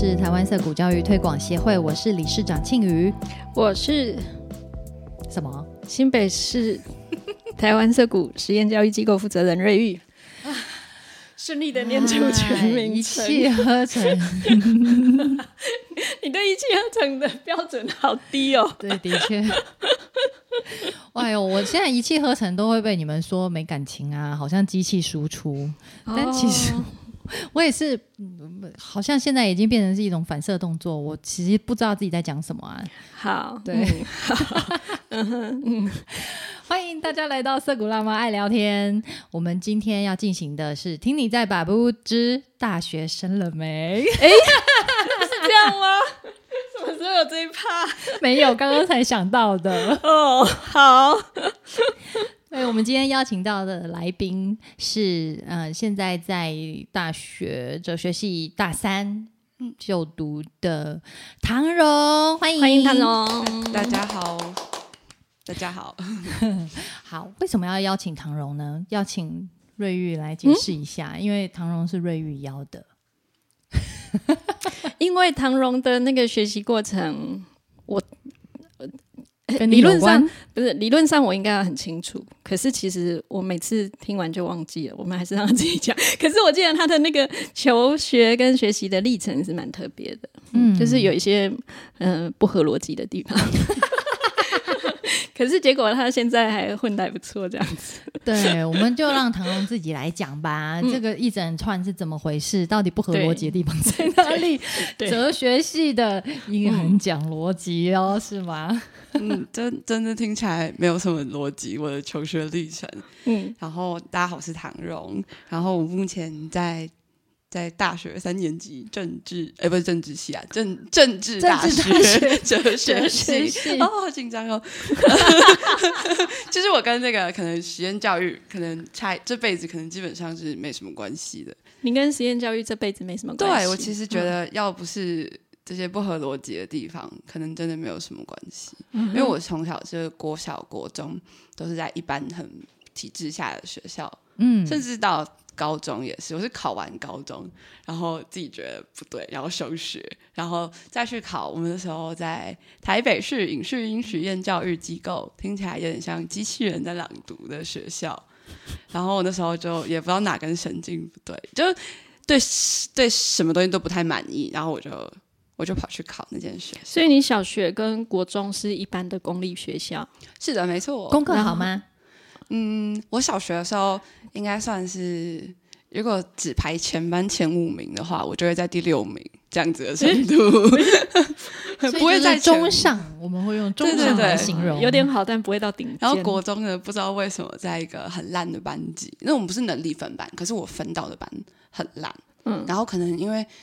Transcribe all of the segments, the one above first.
是台湾色谷教育推广协会，我是理事长庆瑜。 我是什么？ 新北市台湾色谷实验教育机构负责人瑞玉。顺利的念出全名称， 一气呵成。 你对一气呵成的标准好低哦。 对，的确。哎呦，我现在一气呵成都会被你们说没感情啊，好像机器输出，但其实我也是，好像现在已经变成是一种反射动作，我其实不知道自己在讲什么啊。 好， 对，欢迎大家来到色谷辣妈爱聊天。我们今天要进行的是听你在把不知大学生了没？ 是这样吗？什么时候有这一趴？ 没有，刚刚才想到的。 哦，好。 对，我们今天邀请到的来宾是现在在大学哲学系大三就读的唐荣，欢迎唐荣。 大家好，大家好。 好，为什么要邀请唐荣呢？要请瑞玉来解释一下，因为唐荣是瑞玉邀的。 因为唐荣的那个学习过程，我跟你有关？ 理论上我应该要很清楚，可是其实我每次听完就忘记了，我们还是让他自己讲。可是我记得他的那个求学跟学习的历程是蛮特别的，就是有一些不合逻辑的地方。可是结果他现在还混得还不错，这样子。 对，我们就让唐荣自己来讲吧。这个一整串是怎么回事？到底不合逻辑的地方在哪里？哲学系的应该很讲逻辑哦，是吗？ 真的听起来没有什么逻辑。我的求学历程，然后大家好，我是唐荣，然后我目前在大学3年级政治，不是政治系啊，政治大学哲学系，好紧张哦。就是我跟那个可能实验教育，可能这辈子可能基本上是没什么关系的。 你跟实验教育这辈子没什么关系？ 对，我其实觉得要不是这些不合逻辑的地方，可能真的没有什么关系。因为我从小就是国小国中都是在一般很体制下的学校，甚至到高中也是，我是考完高中，然后自己觉得不对，然后休学，然后再去考。我们那时候在台北市影视音实验教育机构，听起来有点像机器人在朗读的学校。然后我那时候就也不知道哪根神经不对，就对什么东西都不太满意，然后我就跑去考那间学校。 所以你小学跟国中是一般的公立学校？ 是的，没错。 功课好吗？ 我小学的时候应该算是，如果只排全班前5名的话，我就会在第6名这样子的程度。不会在中上，我们会用中上来形容， 有点好，但不会到顶尖。 然后国中呢，不知道为什么在一个很烂的班级，那我们不是能力分班，可是我分到的班很烂，然后可能因为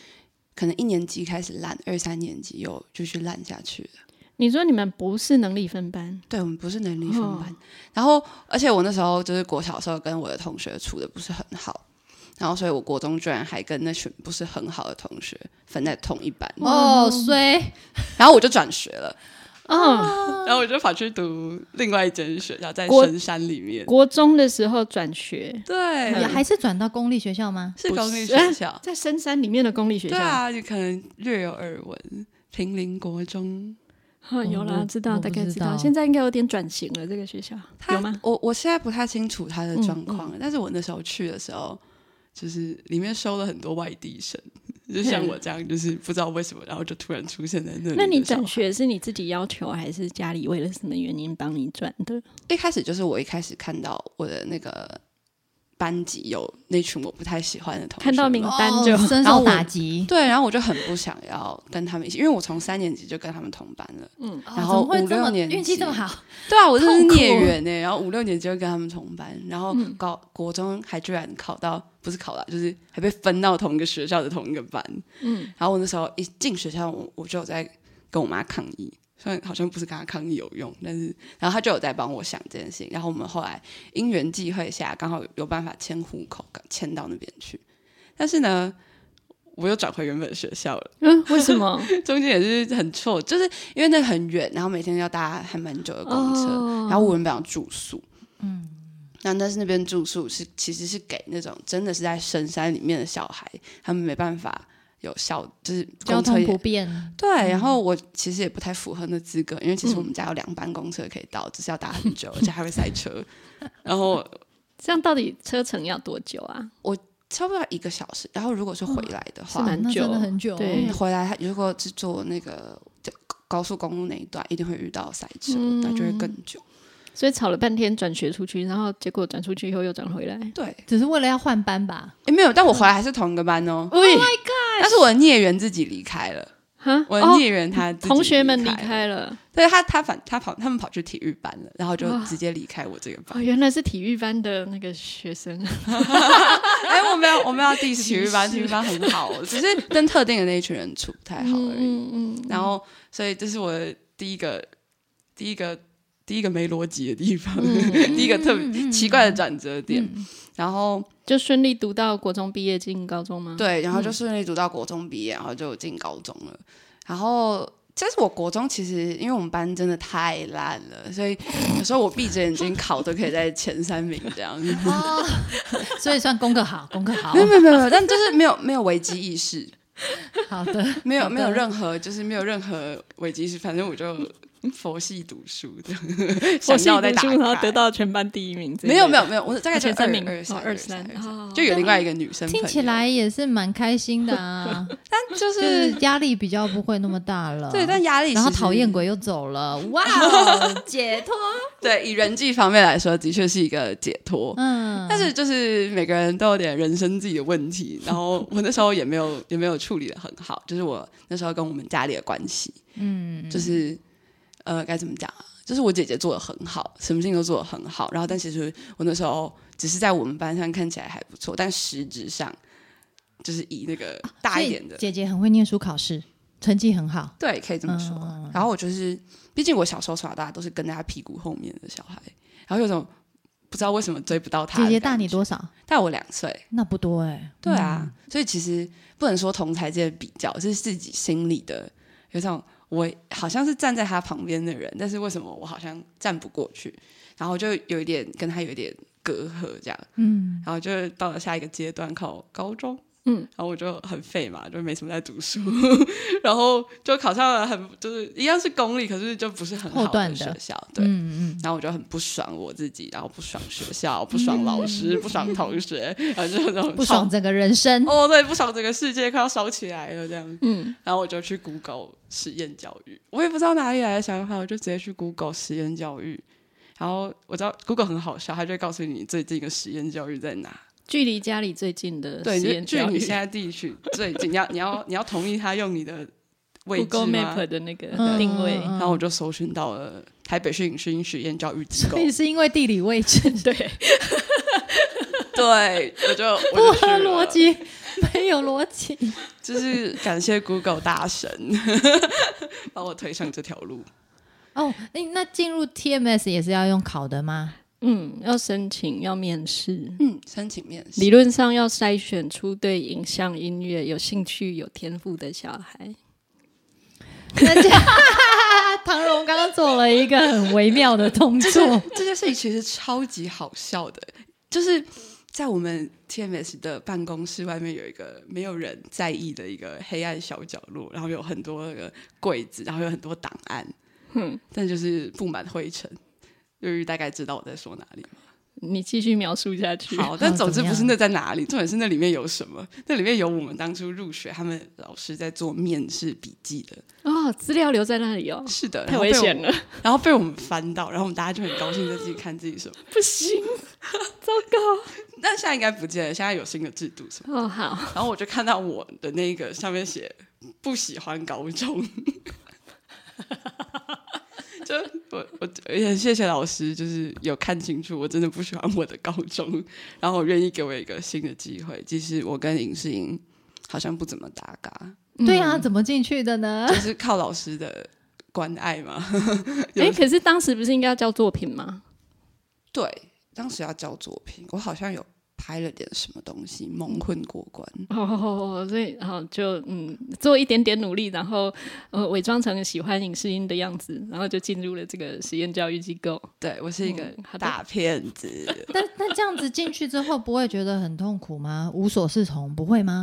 1年级开始烂，2、3年级又继续烂下去了。 你说你们不是能力分班？ 对，我们不是能力分班。然后，而且我那时候就是国小的时候跟我的同学处的不是很好，然后所以我国中居然还跟那群不是很好的同学分在同一班。 衰！ 然后我就转学了。然后我就跑去读另外一间学校，在深山里面。 国中的时候转学， 对， 也还是转到公立学校吗？ 是公立学校， 在深山里面的公立学校。 对啊，你可能略有耳闻，平林国中。 有啦，知道，大概知道。现在应该有点转型了，这个学校有吗？ 我现在不太清楚他的状况，但是我那时候去的时候，就是里面收了很多外地生，就像我这样，就是不知道为什么，然后就突然出现在那里。 那你转学是你自己要求，还是家里为了什么原因帮你转的？ 一开始就是我一开始看到我的那个班级有那群我不太喜欢的同学， 看到名单就深受打击。 对，然后我就很不想要跟他们一起，因为我从3年级就跟他们同班了。然后5、6年级运气这么好， 对啊，我真是孽缘欸。然后5、6年级就跟他们同班，然后国中还居然不是考到，就是还被分到同一个学校的同一个班。然后我那时候一进学校，我就有在跟我妈抗议。虽然好像不是跟他抗议有用，但是然后他就有在帮我想这件事情，然后我们后来因缘际会下刚好有办法迁户口，迁到那边去。但是呢，我又转回原本的学校了。 为什么？ 中间也是很错，就是因为那很远，然后每天要搭还蛮久的公车，然后我原本要住宿，但是那边住宿其实是给那种真的是在深山里面的小孩，他们没办法有校，就是交通不便。 对，然后我其实也不太符合那资格，因为其实我们家有2班公车可以到，只是要搭很久，而且还会塞车。然后这样到底车程要多久啊？ 我差不多要1个小时，然后如果是回来的话， 是蛮久， 真的很久。 对， 回来如果是坐那个高速公路那一段，一定会遇到塞车，那就会更久。 所以吵了半天转学出去，然后结果转出去以后又转回来。 对， 只是为了要换班吧？ 没有，但我回来还是同一个班哦。 Oh my god！ 但是我的孽缘自己离开了。我的孽缘他自己同学们离开了， 对他们跑去体育班了，然后就直接离开我这个班。 原来是体育班的那个学生。 我们要第体育班，体育班很好，只是跟特定的那一群人处不太好而已。然后，所以这是我的第一个没逻辑的地方，第一个特别奇怪的转折点。然后就顺利读到国中毕业进高中吗？ 对，然后就顺利读到国中毕业，然后就进高中了。然后这是我国中，其实因为我们班真的太烂了，所以有时候我闭着眼睛考都可以在前3名这样子。 所以算功课好，功课好。 没有，但就是没有危机意识。 好的， 没有任何危机意识，反正我就佛系读书的，想要再打开， 然后得到全班第1名。 没有，我大概前3名 ，23，就有另外一个女生朋友， 听起来也是蛮开心的啊。 但就是压力比较不会那么大了。 对，但压力， 然后讨厌鬼又走了，哇，解脱。对， 以人际方面来说，的确是一个解脱。但是就是每个人都有点人生自己的问题，然后我那时候也没有处理的很好，就是我那时候跟我们家里的关系，就是该怎么讲啊？就是我姐姐做的很好，什么事情都做的很好，然后但其实我那时候只是在我们班上看起来还不错，但实质上就是以那个大一点的， 姐姐很会念书考试，成绩很好， 对，可以这么说。然后我就是，毕竟我小时候从小到大都是跟在她屁股后面的小孩，然后有种不知道为什么追不到她。 姐姐大你多少？ 大我2岁， 那不多哎。 对啊，所以其实不能说同才间的比较，是自己心里的有种。我好像是站在他旁边的人，但是为什么我好像站不过去？然后就有一点跟他有一点隔阂，这样。然后就到了下一个阶段，考高中。然后我就很废嘛，就没什么在读书，然后就考上了就是一样是公立，可是就不是很好的学校。对，然后我就很不爽我自己，然后不爽学校，不爽老师，不爽同学，然后就那种不爽整个人生。 对，不爽整个世界快要烧起来了这样。然后我就去 Google 实验教育，我也不知道哪里来的想法，我就直接去 Google 实验教育，然后我知道 Google 很好笑，它就会告诉你最近的实验教育在哪。 距离家里最近的实验教育， 距离你现在地区最近，你要同意他用你的位置吗 Google Map 的那个定位， 然后我就搜寻到了台北市影视音实验教育机构。 所以是因为地理位置， 对， 对，我就不合逻辑，没有逻辑， 就是感谢 Google 大神把我推上这条路。 那进入 TMS 也是要用考的吗？ 要申请，要面试。 申请面试， 理论上要筛选出对影像音乐有兴趣、有天赋的小孩。 唐荣刚刚做了一个很微妙的动作， 这件事情其实超级好笑的，就是在我们 TMS 的办公室外面有一个没有人在意的一个黑暗小角落，然后有很多那个柜子，然后有很多档案，但就是布满灰尘。由于大概知道我在说哪里吗？ 你继续描述下去。 好，但总之不是那在哪里，重点是那里面有什么？那里面有我们当初入学，他们老师在做面试笔记的资料留在那里哦。 是的， 太危险了。 然后被我们翻到，然后我们大家就很高兴在自己看自己什么。 不行，糟糕。 但现在应该不见了，现在有新的制度什么。 好。 然后我就看到我的那个上面写不喜欢高中。就我也很谢谢老师，就是有看清楚我真的不喜欢我的高中，然后我愿意给我一个新的机会，即使我跟影视营好像不怎么搭嘎。 对啊，怎么进去的呢？ 就是靠老师的关爱嘛。 可是当时不是应该要交作品吗？ 对，当时要交作品，我好像有拍了点什么东西，蒙混过关。 所以就做一点点努力，然后伪装成喜欢影视音的样子，然后就进入了这个实验教育机构。 对，我是一个大骗子。 但这样子进去之后，不会觉得很痛苦吗？无所适从，不会吗？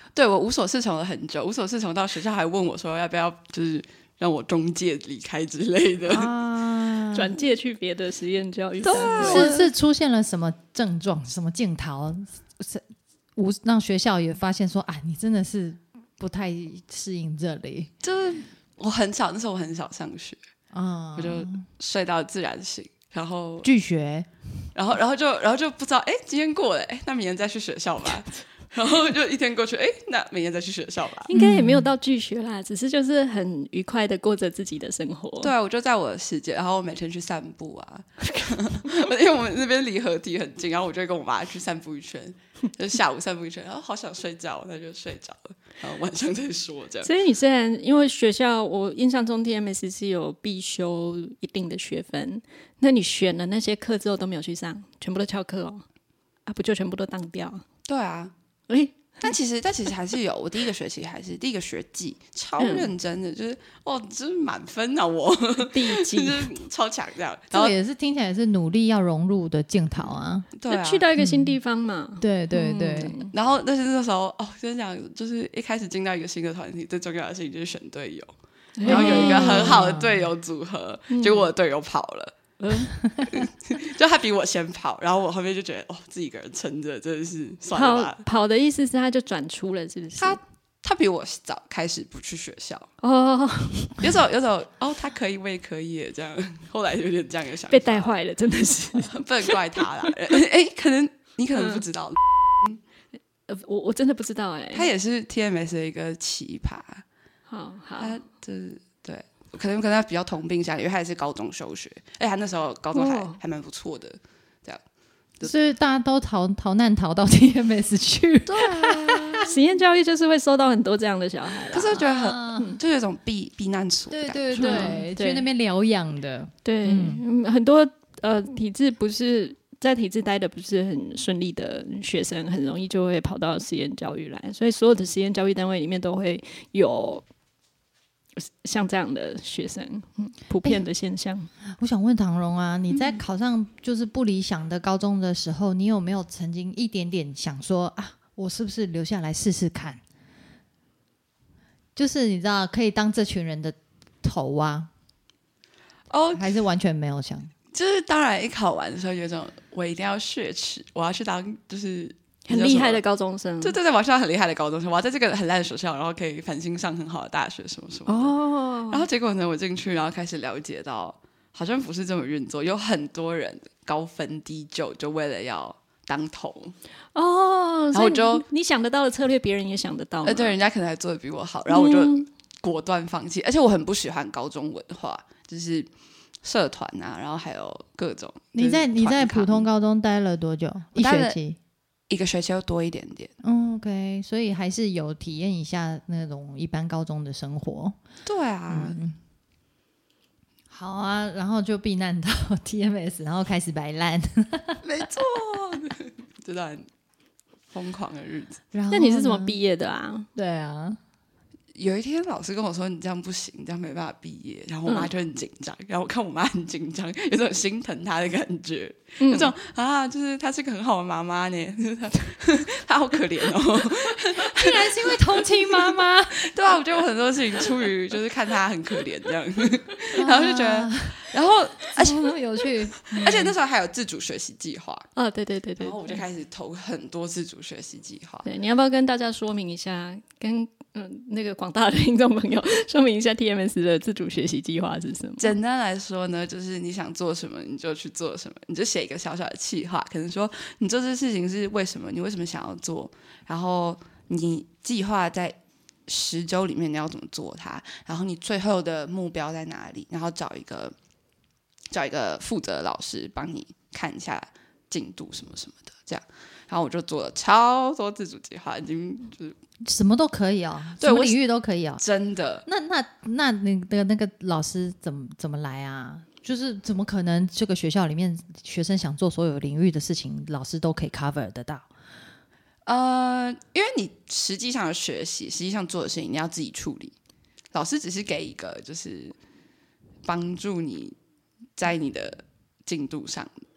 对，我无所适从了很久，无所适从到学校还问我说要不要就是让我中介离开之类的转介去别的实验教育是出现了什么症状什么镜头让学校也发现说啊你真的是不太适应这里？ 就是那时候我很少上学我就睡到自然醒，然后拒学， 然后就不知道今天过了那明天再去学校吧然后就一天过去那明天再去学校吧。 应该也没有到拒学啦，只是就是很愉快的过着自己的生活。 对啊，我就在我的世界，然后我每天去散步啊因为我们那边离河堤很近，然后我就会跟我妈去散步一圈，就下午散步一圈，然后好想睡觉那就睡着了，然后晚上再说这样。 所以你虽然因为学校我印象中 TMS 是有必修一定的学分，那你选了那些课之后都没有去上，全部都翘课不就全部都当掉？ 对啊但其实还是有，我第一个学期还是第一个学季超认真的，就是就是满分啊我第一季就是超强这样。 这个也是听起来是努力要融入的镜头啊。 对啊， 去到一个新地方嘛。 对对对。 然后但是那时候真的讲，就是一开始进到一个新的团体，最重要的事情就是选队友，然后有一个很好的队友组合，结果我的队友跑了。就他比我先跑，然后我后面就觉得自己一个人撑着真的是算了吧。 跑的意思是他就转出了是不是？ 他比我早开始不去学校有种他可以我也可以这样，后来有点这样的想法， 被带坏了真的是不能怪他啦你可能不知道我真的不知道他也是 TMS 的一个奇葩。 好他就是对可能他比较同病相怜，因为他也是高中休学，他那时候高中还蛮不错的，这样。 所以大家都逃难逃到 TMS 去。 对啊， 实验教育就是会收到很多这样的小孩啦。 可是我觉得就有一种避难所的感觉。 对，去那边疗养的。 对，很多体制不是在体制待的不是很顺利的学生，很容易就会跑到实验教育来，所以所有的实验教育单位里面都会有像这样的学生，普遍的现象。 我想问唐荣啊，你在考上就是不理想的高中的时候，你有没有曾经一点点想说我是不是留下来试试看？就是你知道可以当这群人的头啊？还是完全没有想？ 就是当然一考完的时候有一种我一定要雪耻，我要去当就是很厉害的高中生。 对，我要去当很厉害的高中生，我要在这个很烂的学校，然后可以繁星上很好的大学什么什么的。然后结果呢，我进去然后开始了解到好像不是这么运作，有很多人高分低就为了要当头然后我就你想得到的策略别人也想得到对，人家可能还做得比我好，然后我就果断放弃。而且我很不喜欢高中文化，就是社团啊，然后还有各种。 你在普通高中待了多久？一学期？ 一个学期又多一点点。 OK， 所以还是有体验一下那种一般高中的生活。 对啊。 好啊，然后就避难到 TMS， 然后开始摆烂。 没错，这段疯狂的日子。 那你是怎么毕业的啊？ 对啊， 有一天老师跟我说你这样不行，你这样没办法毕业，然后我妈就很紧张，然后我看我妈很紧张，有种心疼她的感觉，有种就是她是个很好的妈妈呢，她好可怜哦。 竟然是因为同情妈妈。 对啊，我觉得我很多事情出于就是看她很可怜这样，然后就觉得，然后而且有趣， 而且那时候还有自主学习计划。 对， 然后我就开始投很多自主学习计划。 对，你要不要跟大家说明一下，跟那个广大的听众朋友说明一下 TMS 的自主学习计划是什么？ 简单来说呢，就是你想做什么你就去做什么，你就写一个小小的计划，可能说你做这事情是为什么，你为什么想要做，然后你计划在10周里面你要怎么做它，然后你最后的目标在哪里，然后找一个负责的老师帮你看一下进度什么什么的，这样。然后我就做了超多自主计划，已经就是什么都可以对， 什么领域都可以真的。 那你的那个老师怎么来啊？就是怎么可能这个学校里面学生想做所有领域的事情，老师都可以 cover 得到？ 因为你实际上的学习，实际上做的事情，你要自己处理。老师只是给一个就是帮助你在你的进度上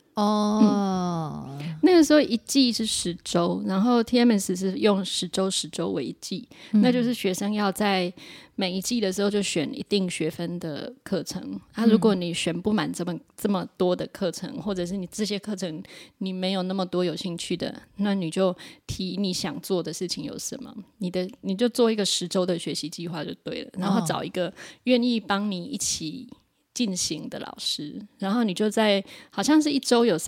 哦， 那个时候一季是10周，然后 TMS 是用10周为一季，那就是学生要在每一季的时候就选一定学分的课程。如果你选不满这么多的课程，或者是你这些课程你没有那么多有兴趣的，那你就提你想做的事情有什么，你就做一个10周的学习计划就对了，然后找一个愿意帮你一起进行的老师，然后你就在好像是一季有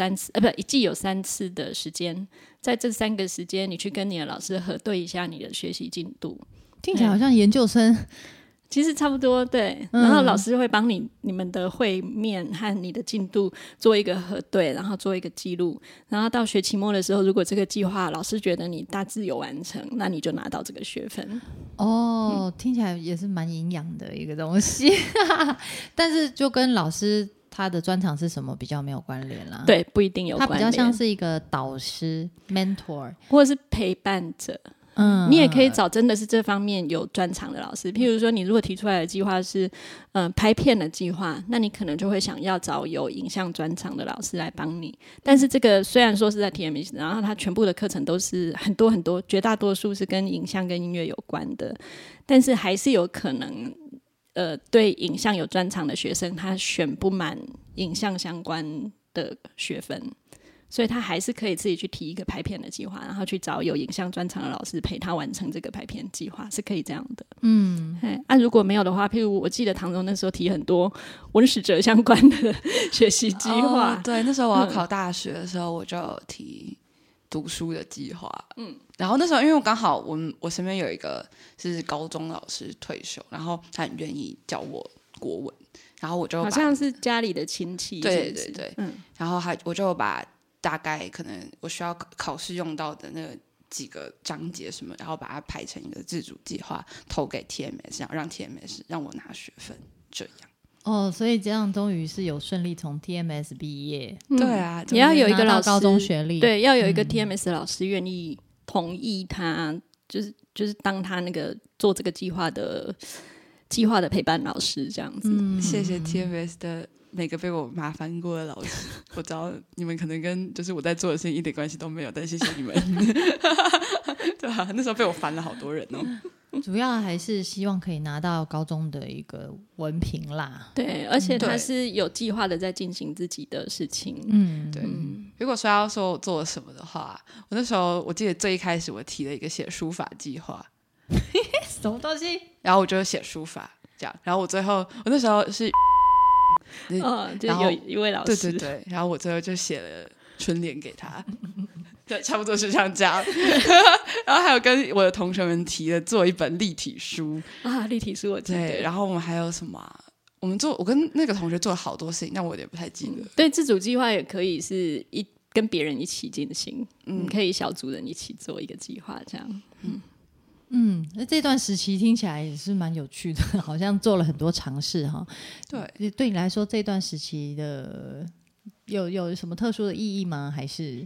3次的时间，在这3个时间你去跟你的老师核对一下你的学习进度。 听起来好像研究生。 其实差不多，对。然后老师会帮你们的会面和你的进度做一个核对，然后做一个记录，然后到学期末的时候，如果这个计划老师觉得你大致有完成，那你就拿到这个学分。 听起来也是蛮营养的一个东西但是就跟老师他的专长是什么比较没有关联啦。 对，不一定有关联， 他比较像是一个导师 mentor 或者是陪伴者。你也可以找真的是这方面有专长的老师，譬如说你如果提出来的计划是拍片的计划，那你可能就会想要找有影像专长的老师来帮你。但是这个虽然说是在 TMS， 然后它全部的课程都是很多很多，绝大多数是跟影像跟音乐有关的，但是还是有可能对影像有专长的学生他选不满影像相关的学分，所以他还是可以自己去提一个拍片的计划，然后去找有影像专长的老师陪他完成这个拍片计划，是可以这样的。如果没有的话，譬如我记得唐荣那时候提很多文史哲相关的学习计划。 对，那时候我要考大学的时候，我就有提读书的计划。然后那时候因为我刚好我身边有一个是高中老师退休，然后他很愿意教我国文，然后我就好像是家里的亲戚， 对，然后我就把大概可能我需要考试用到的那几个章节什么，然后把它排成一个自主计划，投给 TMS， 然后让 TMS 让我拿学分，这样。 所以这样终于是有顺利从 TMS 毕业。 对啊， 也要有一个老师高中学历， 对，要有一个 TMS 老师愿意同意他，就是当他那个做这个计划的陪伴老师这样子。 谢谢 TMS 的每个被我麻烦过的老师，我知道你们可能跟就是我在做的事情一点关系都没有，但谢谢你们。对啊，那时候被我烦了好多人主要还是希望可以拿到高中的一个文凭啦。 对，而且他是有计划的在进行自己的事情。 对。如果要说我做了什么的话，我那时候我记得最一开始我提了一个写书法计划。 什么东西？ 然后我就写书法这样，然后我那时候是就有一位老师， 对，然后我最后就写了春联给他。对，差不多是像这样。然后还有跟我的同学们提了做一本立体书立体书我记得。 对，然后我们还有什么我跟那个同学做了好多事情，但我有点不太记得。 对，自主计划也可以是跟别人一起进行，可以小组人一起做一个计划这样。 那这段时期听起来也是蛮有趣的，好像做了很多尝试哈。对，对你来说这段时期的有什么特殊的意义吗？还是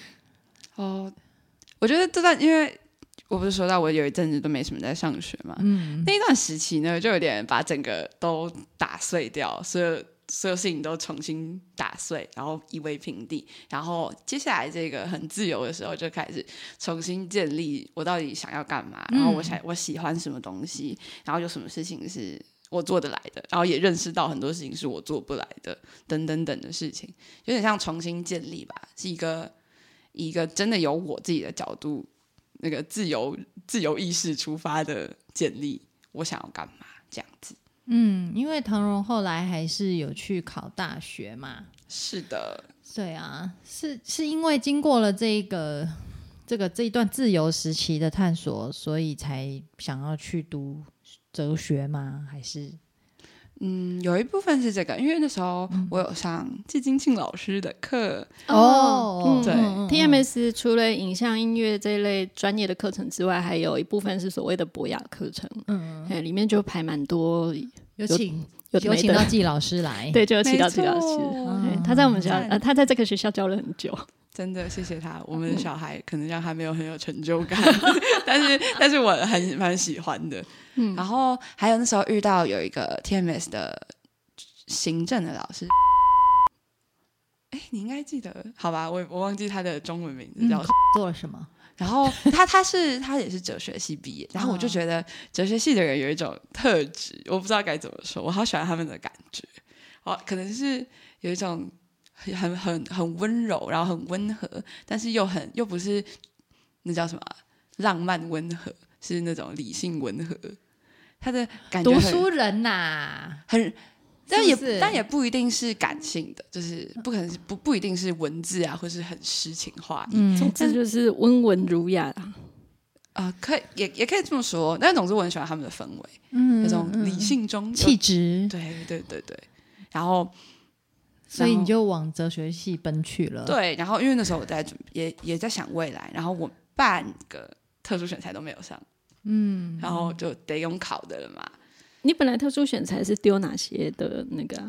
我觉得这段，因为我不是说到我有一阵子都没什么在上学嘛，那一段时期呢，就有点把整个都打碎掉，所有事情都重新打碎，然后夷为平地，然后接下来这个很自由的时候，就开始重新建立我到底想要干嘛，然后我喜欢什么东西，然后有什么事情是我做得来的，然后也认识到很多事情是我做不来的，等等等的事情，有点像重新建立吧，是一个真的由我自己的角度，那个自由意识出发的建立，我想要干嘛这样子。 因为唐荣后来还是有去考大学嘛。 是的， 对啊，是因为经过了这一段自由时期的探索，所以才想要去读哲学吗？还是有一部分是这个，因为那时候我有上季金庆老师的课。 对，TMS 除了影像音乐这一类专业的课程之外，还有一部分是所谓的博雅课程。里面就排蛮多，有请到季老师来。 对，就有请到季老师。他在我们学校，他在这个学校教了很久。 真的谢谢他，我们的小孩可能让他没有很有成就感，但是我蛮喜欢的。然后还有那时候遇到有一个 TMS 的行政的老师， 你应该记得，好吧，我忘记他的中文名字叫什么， 做了什么？ 然后他也是哲学系毕业，然后我就觉得哲学系的人有一种特质，我不知道该怎么说，我好喜欢他们的感觉，可能是有一种很温柔，然后很温和，但是又不是那叫什么浪漫温和，是那种理性温和。他的感觉读书人呐， 但也不一定是感性的，就是不可能是不一定是文字啊，或是很诗情画意。 总之就是温文儒雅也可以这么说。但总之我很喜欢他们的氛围，那种理性中气质。 对，然后所以你就往哲学系奔去了。 对，然后因为那时候我在也在想未来，然后我半个特殊选才都没有上，然后就得用考的了嘛。 你本来特殊选材是丢哪些的那个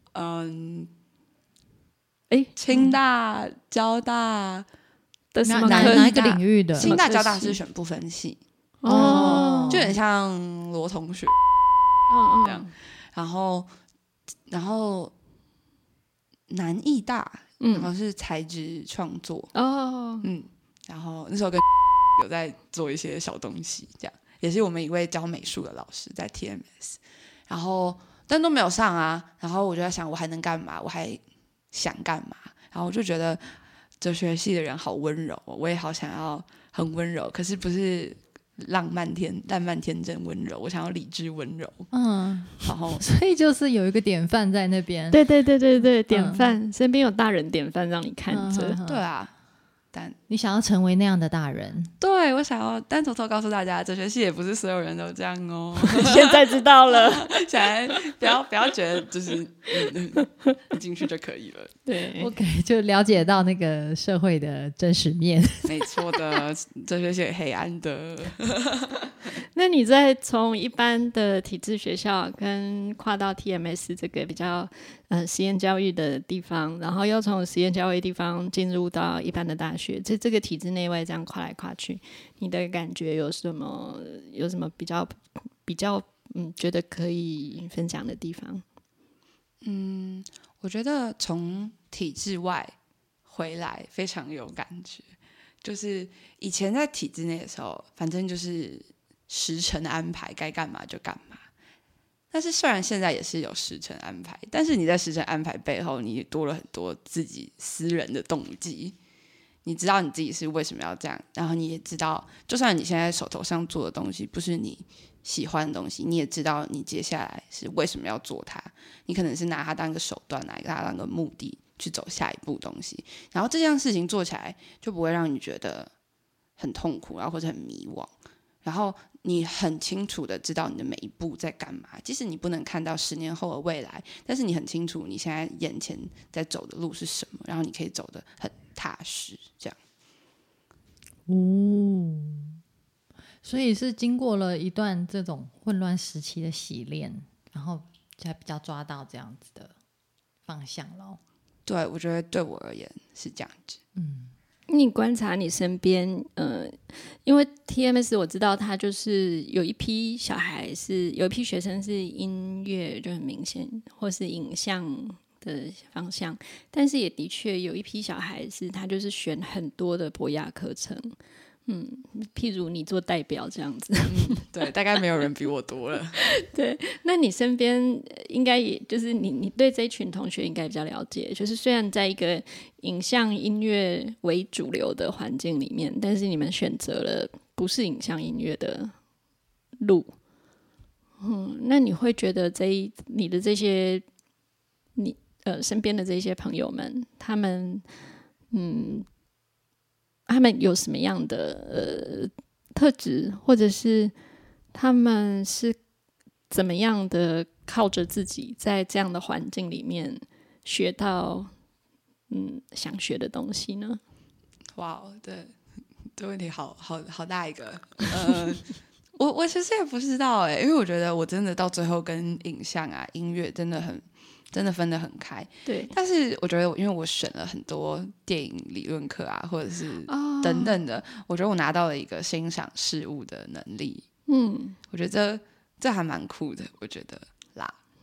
清大、交大的什么哪一个领域的？ 清大、交大是选不分系，就很像罗同学这样。然后南艺大，然后是材质创作然后那时候跟有在做一些小东西，这样也是我们一位教美术的老师在 TMS， 然后但都没有上啊。然后我就在想，我还能干嘛？我还想干嘛？然后我就觉得哲学系的人好温柔，我也好想要很温柔，可是不是浪漫天真温柔，我想要理智温柔。然后所以就是有一个典范在那边。 对，典范，身边有大人典范让你看着。 对啊。但你想要成为那样的大人？ 对，我想要，但偷偷告诉大家，哲学系也不是所有人都这样哦。 现在知道了， 现在不要觉得就是进去就可以了。 对 ，OK， 就了解到那个社会的真实面。 没错的，哲学系黑暗的。 那你在从一般的体制学校跟跨到 TMS 这个比较实验教育的地方，然后又从实验教育地方进入到一般的大学，这个体制内外这样跨来跨去，你的感觉有什么比较觉得可以分享的地方？ 我觉得从体制外回来非常有感觉，就是以前在体制内的时候，反正就是时程安排，该干嘛就干嘛。但是虽然现在也是有时程安排，但是你在时程安排背后，你多了很多自己私人的动机。你知道你自己是为什么要这样，然后你也知道，就算你现在手头上做的东西不是你喜欢的东西，你也知道你接下来是为什么要做它。你可能是拿它当一个手段，拿它当一个目的去走下一步东西，然后这件事情做起来就不会让你觉得很痛苦，然后或者很迷惘。然后你很清楚的知道你的每一步在干嘛，即使你不能看到10年后的未来，但是你很清楚你现在眼前在走的路是什么，然后你可以走得很踏实，这样。 所以是经过了一段这种混乱时期的洗练，然后才比较抓到这样子的方向咯。 对，我觉得对我而言是这样子。 你观察你身边，因为 TMS 我知道他就是有一批小孩有一批学生是音乐就很明显，或是影像的方向，但是也的确有一批小孩他就是选很多的博雅课程，譬如你做代表这样子， 对，大概没有人比我多了。 对，那你身边应该也就是你对这一群同学应该比较了解，就是虽然在一个影像音乐为主流的环境里面，但是你们选择了不是影像音乐的路。那你会觉得你的这些身边的这些朋友们，他们有什么样的特质，或者是他们是怎么样的靠着自己在这样的环境里面学到想学的东西呢？ 哇，对，这问题好大一个。我其实也不知道因为我觉得我真的到最后跟影像啊音乐真的分得很开。 对， 但是我觉得因为我选了很多电影理论课啊，或者是等等的，我觉得我拿到了一个欣赏事物的能力。我觉得这还蛮酷的，我觉得啦。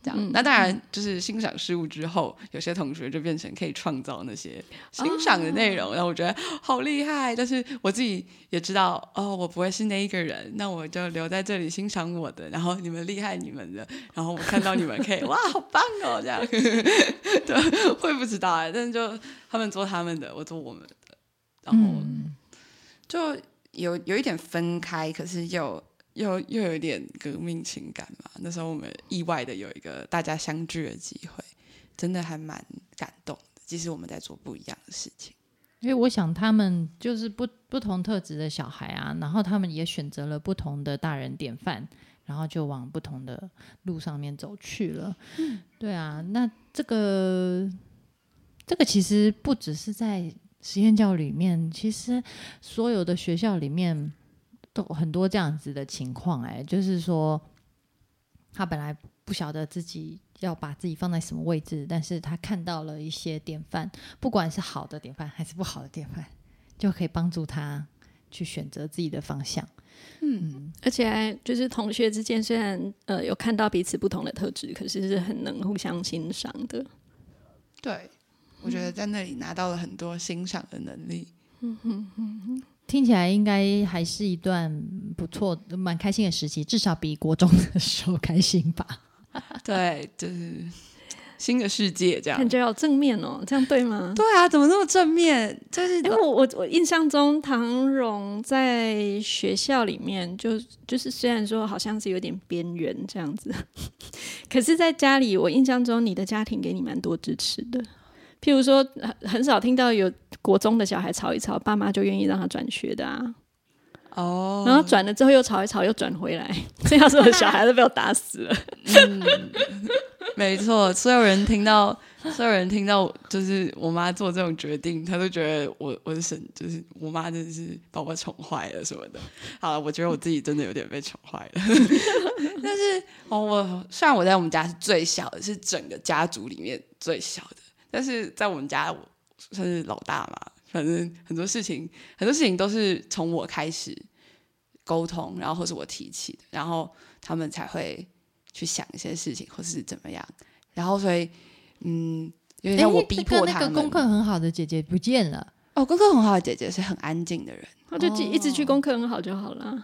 这样。那当然就是欣赏事物之后，有些同学就变成可以创造那些欣赏的内容，然后我觉得好厉害。但是我自己也知道，我不会是那一个人，那我就留在这里欣赏我的，然后你们厉害你们的，然后我看到你们可以哇好棒哦这样。对，会不知道但是就他们做他们的，我做我们的，然后就有一点分开，可是又有一点革命情感嘛。那时候我们意外的有一个大家相聚的机会，真的还蛮感动的，即使我们在做不一样的事情。 因为我想他们就是不同特质的小孩啊，然后他们也选择了不同的大人典范，然后就往不同的路上面走去了。对啊，那这个其实不只是在实验教育里面，其实所有的学校里面都很多这样子的情况。就是说他本来不晓得自己要把自己放在什么位置，但是他看到了一些典范，不管是好的典范还是不好的典范，就可以帮助他去选择自己的方向。 而且就是同学之间虽然有看到彼此不同的特质，可是是很能互相欣赏的。 对，我觉得在那里拿到了很多欣赏的能力。 听起来应该还是一段不错蛮开心的时期，至少比国中的时候开心吧。 对，就是新的世界这样， 感觉好正面哦，这样对吗？ 对啊，怎么那么正面？就是因为我印象中唐荣在学校里面就是虽然说好像是有点边缘这样子，可是在家里我印象中你的家庭给你蛮多支持的。譬如说很少听到有国中的小孩吵一吵爸妈就愿意让他转学的啊。然后转了之后又吵一吵又转回来，这样子我的小孩都被我打死了。 没错，所有人听到就是我妈做这种决定，他都觉得我的神，就是我妈真的是把我宠坏了什么的。好了，我觉得我自己真的有点被宠坏了。但是虽然我在我们家是最小的，是整个家族里面最小的，但是在我们家我算是老大嘛。反正很多事情都是从我开始沟通，然后或是我提起的，然后他们才会去想一些事情或是怎么样。然后所以有点像我逼迫他们。 那个功课很好的姐姐不见了。 功课很好的姐姐是很安静的人， 我就一直去功课很好就好了。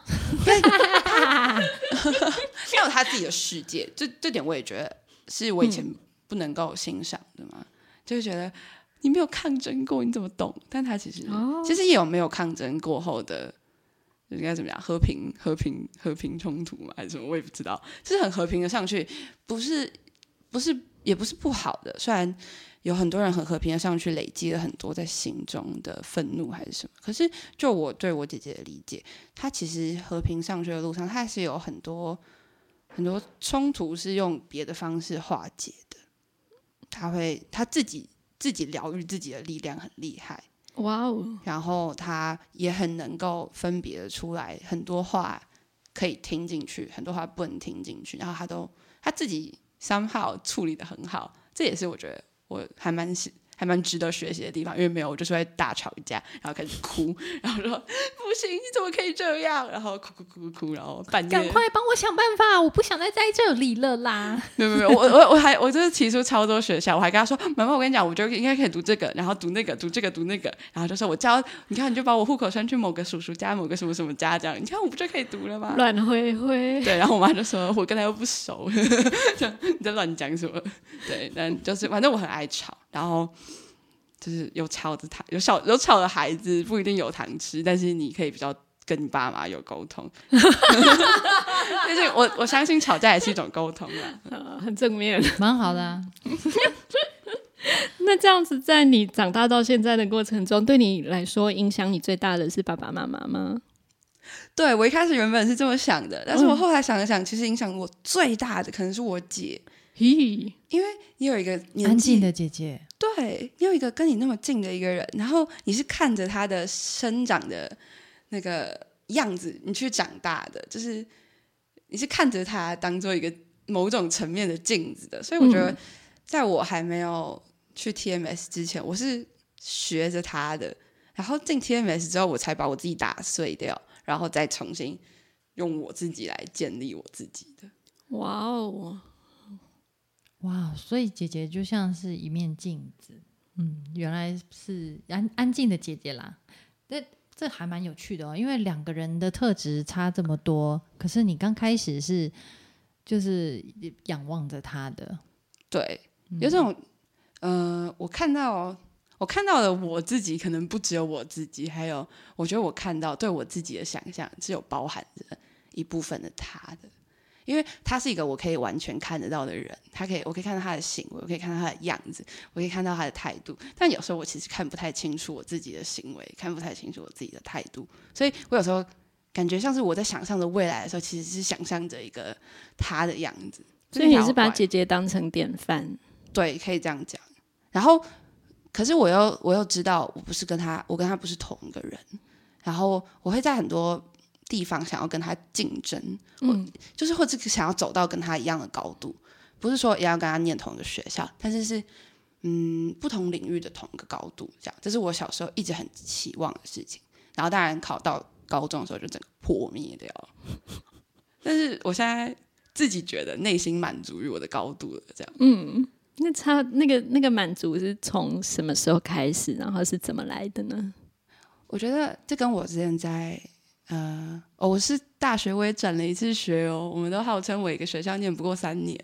因为有他自己的世界，这点我也觉得是我以前不能够欣赏的嘛，就是觉得你没有抗争过你怎么懂。但他其实也有没有抗争过后的应该怎么讲，和平冲突嘛还是什么我也不知道，就是很和平的上去，也不是不好的。虽然有很多人很和平的上去累积了很多在心中的愤怒还是什么，可是就我对我姐姐的理解，她其实和平上去的路上，她还是有很多冲突是用别的方式化解的。她自己疗愈自己的力量很厉害， 哇哦！ 然后她也很能够分别的出来，很多话可以听进去，很多话不能听进去，然后她自己somehow处理的很好，这也是我觉得我还蛮值得学习的地方。因为没有，我就是会大吵一架，然后开始哭，然后说不行，你怎么可以这样？然后哭，然后半夜赶快帮我想办法，我不想再在这里了啦！ 没有，我就是提出超多学校，我还跟他说，妈妈，我跟你讲，我就应该可以读这个，然后读那个，读这个，读那个，然后就说我教你看，你就把我户口迁去某个叔叔家，某个什么什么家，这样你看我不就可以读了吗？ 乱挥，对， 然后我妈就说，我跟他又不熟，你在乱讲什么？对，但就是反正我很爱吵，然后就是有吵的孩子不一定有糖吃，但是你可以比较跟你爸妈有沟通。但是我相信吵架也是一种沟通啦， 很正面， 蛮好的啊。 那这样子，在你长大到现在的过程中，对你来说影响你最大的是爸爸妈妈吗？ 对，我一开始原本是这么想的，但是我后来想了想，其实影响我最大的可能是我姐。因为你有一个安静的姐姐， 对，你有一个跟你那么近的一个人，然后你是看着他的生长的那个样子你去长大的，就是你是看着他当做一个某种层面的镜子的。所以我觉得在我还没有去 TMS 之前，我是学着他的，然后进 TMS 之后我才把我自己打碎掉，然后再重新用我自己来建立我自己的。 哇哦！ 哇，所以姐姐就像是一面镜子，原来是安静的姐姐啦。这还蛮有趣的因为两个人的特质差这么多，可是你刚开始是就是仰望着他的。 对，有种我看到的我自己可能不只有我自己，还有我觉得我看到对我自己的想象是有包含着一部分的他的，因为他是一个我可以完全看得到的人，我可以看到他的行为，我可以看到他的样子，我可以看到他的态度，但有时候我其实看不太清楚我自己的行为，看不太清楚我自己的态度，所以我有时候感觉像是我在想象着未来的时候，其实是想象着一个他的样子。 所以你是把姐姐当成典范？ 对，可以这样讲。然后可是我又知道我跟他不是同一个人，然后我会在很多地方想要跟他竞争，就是或者想要走到跟他一样的高度，不是说也要跟他念同一个学校，但是不同领域的同一个高度，这样，这是我小时候一直很期望的事情。然后当然考到高中的时候就整个破灭掉了，但是我现在自己觉得内心满足于我的高度了，这样。 那个满足是从什么时候开始，然后是怎么来的呢？ 我觉得这跟我之前在我是大学我也转了一次学我们都号称我一个学校念不过3年。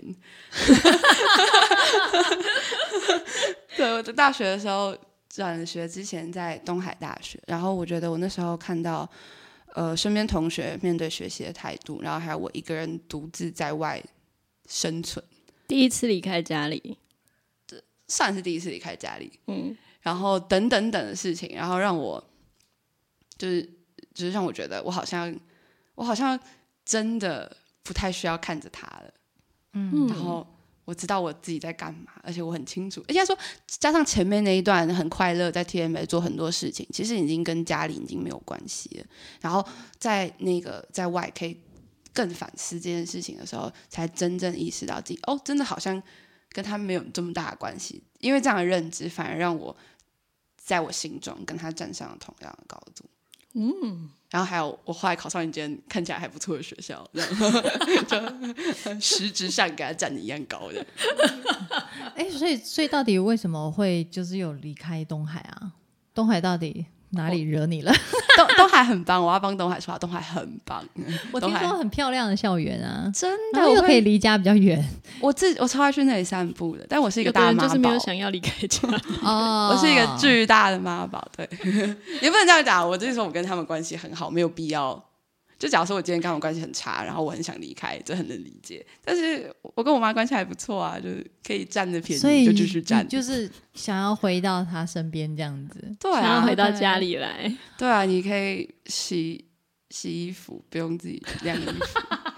对，我在大学的时候转学之前在东海大学，然后我觉得我那时候看到身边同学面对学习的态度，然后还有我一个人独自在外生存， 第一次离开家里， 算是第一次离开家里，然后等等等的事情，然后让我就是让我觉得我好像真的不太需要看着他了，然后我知道我自己在干嘛，而且我很清楚，而且说加上前面那一段很快乐在 TMA 做很多事情，其实已经跟家里已经没有关系了，然后在外可以更反思这件事情的时候，才真正意识到自己真的好像跟他没有这么大的关系，因为这样的认知反而让我在我心中跟他站上了同样的高度。然后还有我后来考上一间看起来还不错的学校，这样就实质上跟他站得一样高的。 所以到底为什么会就是有离开东海啊？东海到底哪里惹你了？ 东海很棒，我要帮东海说话，东海很棒。 我听说很漂亮的校园啊， 真的， 然后又可以离家比较远。 我超爱去那里散步的，但我是一个大妈宝， 就是没有想要离开家。 我是一个巨大的妈宝，对，也不能这样讲。我就是说我跟他们关系很好，没有必要。就假如说我今天跟他们关系很差，然后我很想离开，这很能理解。但是我跟我妈关系还不错啊，就是可以占着便宜就继续占， 就是想要回到他身边这样子。 对啊， 想要回到家里来。 对啊，你可以洗衣服，不用自己晾衣服。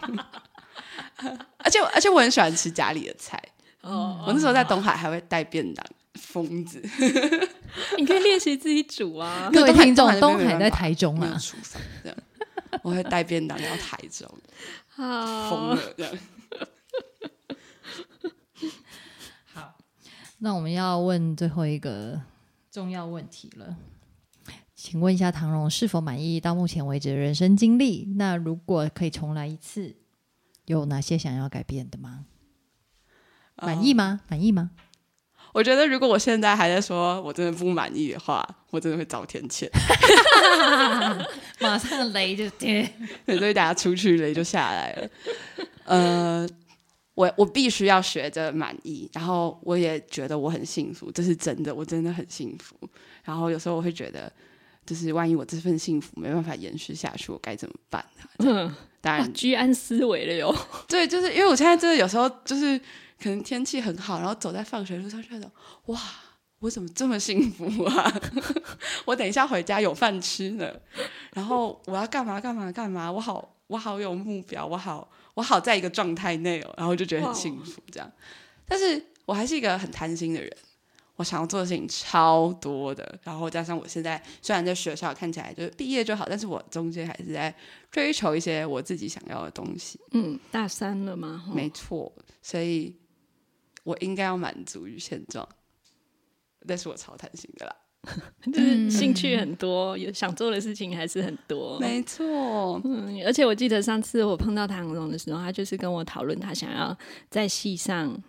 而且我很喜欢吃家里的菜。我那时候在东海还会带便当，疯子。 你可以练习自己煮啊。 各位听众，东海在台中啊， 厨房这样。我会带便当到台中，疯了这样。 好，那我们要问最后一个重要问题了，请问一下唐荣是否满意到目前为止的人生经历？那如果可以重来一次，有哪些想要改变的吗？满意吗？满意吗？ 我觉得如果我现在还在说我真的不满意的话，我真的会遭天谴。 马上雷就对， 所以大家出去雷就下来了。我必须要学着满意，然后我也觉得我很幸福，这是真的，我真的很幸福。然后有时候我会觉得，就是万一我这份幸福没办法延续下去，我该怎么办啊？当然， 居安思危了哟。 对，就是因为我现在真的有时候就是可能天气很好，然后走在放学路上，觉得哇，我怎么这么幸福啊？我等一下回家有饭吃呢，然后我要干嘛干嘛干嘛，我好有目标，我好在一个状态内哦，然后就觉得很幸福这样。但是我还是一个很贪心的人，我想要做的事情超多的，然后加上我现在虽然在学校看起来就是毕业就好，但是我中间还是在追求一些我自己想要的东西。 大3了吗？ 没错，所以我应该要满足于现状，但是我超贪心的啦。 就是兴趣很多，有想做的事情还是很多。 没错， 而且我记得上次我碰到唐荣的时候，他就是跟我讨论他想要在系上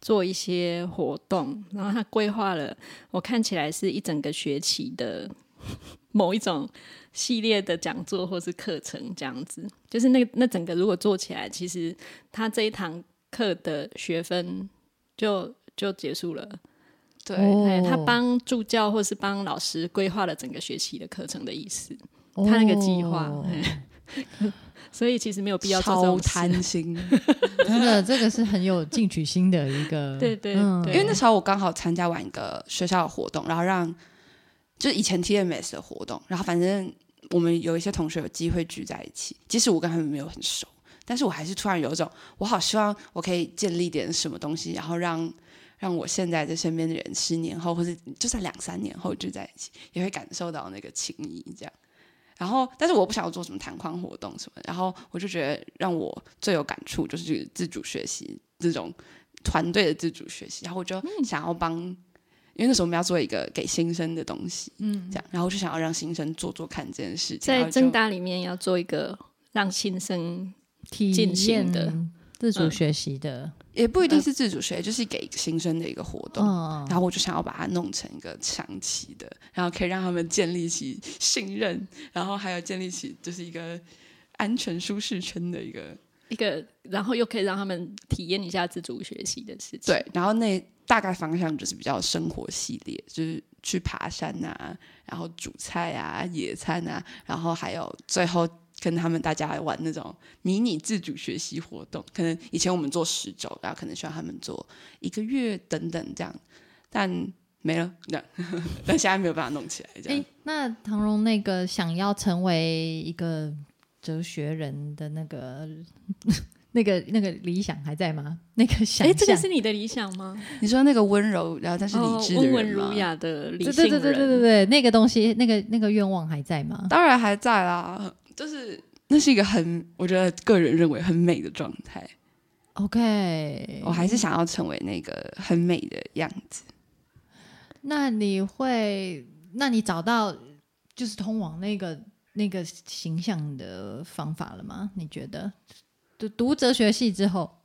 做一些活动，然后他规划了我看起来是一整个学期的某一种系列的讲座或是课程，这样子。就是那整个如果做起来，其实他这一堂课的学分就结束了。对，他帮助教或是帮老师规划了整个学期的课程的意思，他那个计划。所以其实没有必要做这种事， 超贪心真的这个是很有进取心的一个对对、 因为那时候我刚好参加完一个学校的活动，然后就是以前 TMS 的活动，然后反正我们有一些同学有机会聚在一起，即使我跟他们没有很熟，但是我还是突然有一种我好希望我可以建立点什么东西，然后让我现在在身边的人10年后或是就算2-3年后聚在一起也会感受到那个情谊这样。然后但是我不想要做什么谈框活动什么的，然后我就觉得让我最有感触就是自主学习这种团队的自主学习，然后我就想要帮因为那时候我们要做一个给新生的东西这样，然后我就想要让新生做看这件事情， 在政大里面要做一个让新生进行的自主学习的， 也不一定是自主学，就是给新生的一个活动，然后我就想要把它弄成一个长期的，然后可以让他们建立起信任，然后还有建立起就是一个安全舒适圈的一个， 然后又可以让他们体验一下自主学习的事情。 对，然后那大概方向就是比较生活系列，就是去爬山啊，然后煮菜啊，野餐啊，然后还有最后跟他们大家玩那种迷你自主学习活动，可能以前我们做10周，然后可能需要他们做1个月等等这样，但没了这样但现在没有办法弄起来这样。 那唐荣那个想要成为一个哲学人的那个那个理想还在吗？那个想象， 这个是你的理想吗？ 你说那个温柔然后但是理智的人吗？ 温文儒雅的理性人， 对，那个东西，那个愿望还在吗？ 当然还在啦，就是那是一个我觉得个人认为很美的状态。 OK， 我还是想要成为那个很美的样子。 那你找到就是通往那个形象的方法了吗？你觉得读哲学系之后，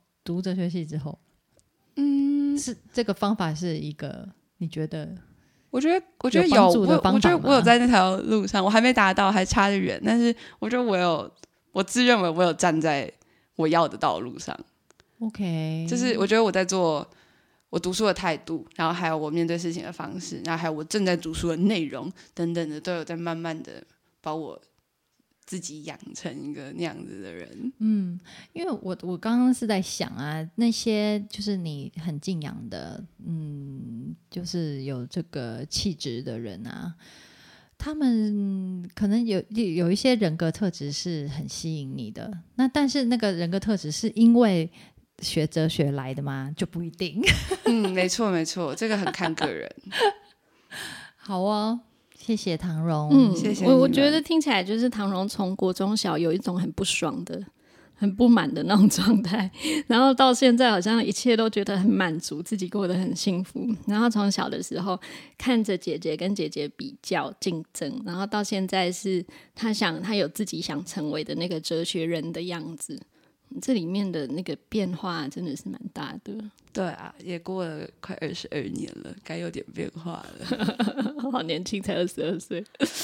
是这个方法是一个你觉得？ 我觉得有帮助的方法吗？ 我觉得我有在那条路上，我还没达到，还差得远。但是我觉得我自认为我有站在我要的道路上。 OK， 就是我觉得我在做我读书的态度，然后还有我面对事情的方式，然后还有我正在读书的内容等等的，都有在慢慢的把我自己养成一个那样子的人。 因为我刚刚是在想啊，那些就是你很敬仰的，就是有这个气质的人啊，他们可能有一些人格特质是很吸引你的，那但是那个人格特质是因为学哲学来的吗？就不一定。 没错没错，这个很看个人。 好哦，谢谢唐荣。 谢谢我觉得听起来就是唐荣从国中小有一种很不爽的很不满的那种状态，然后到现在好像一切都觉得很满足，自己过得很幸福，然后从小的时候看着姐姐跟姐姐比较竞争，然后到现在是他有自己想成为的那个哲学人的样子，这里面的那个变化真的是蛮大的。 对啊，也过了快22年了，该有点变化了。 好年轻，才22岁。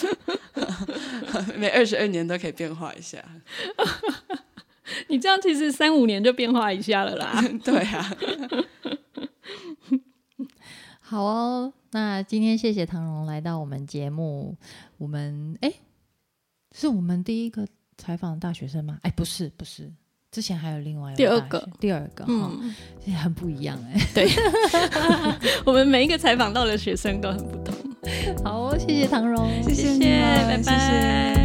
每22年都可以变化一下。 你这样其实3-5年就变化一下了啦。 对啊。 好哦，那今天谢谢唐荣来到我们节目。我们是我们第一个采访的大学生吗？不是，之前还有另外一个第二个很不一样对，我们每一个采访到的学生都很不同。 好哦，谢谢唐荣， 谢谢， 拜拜。 谢谢。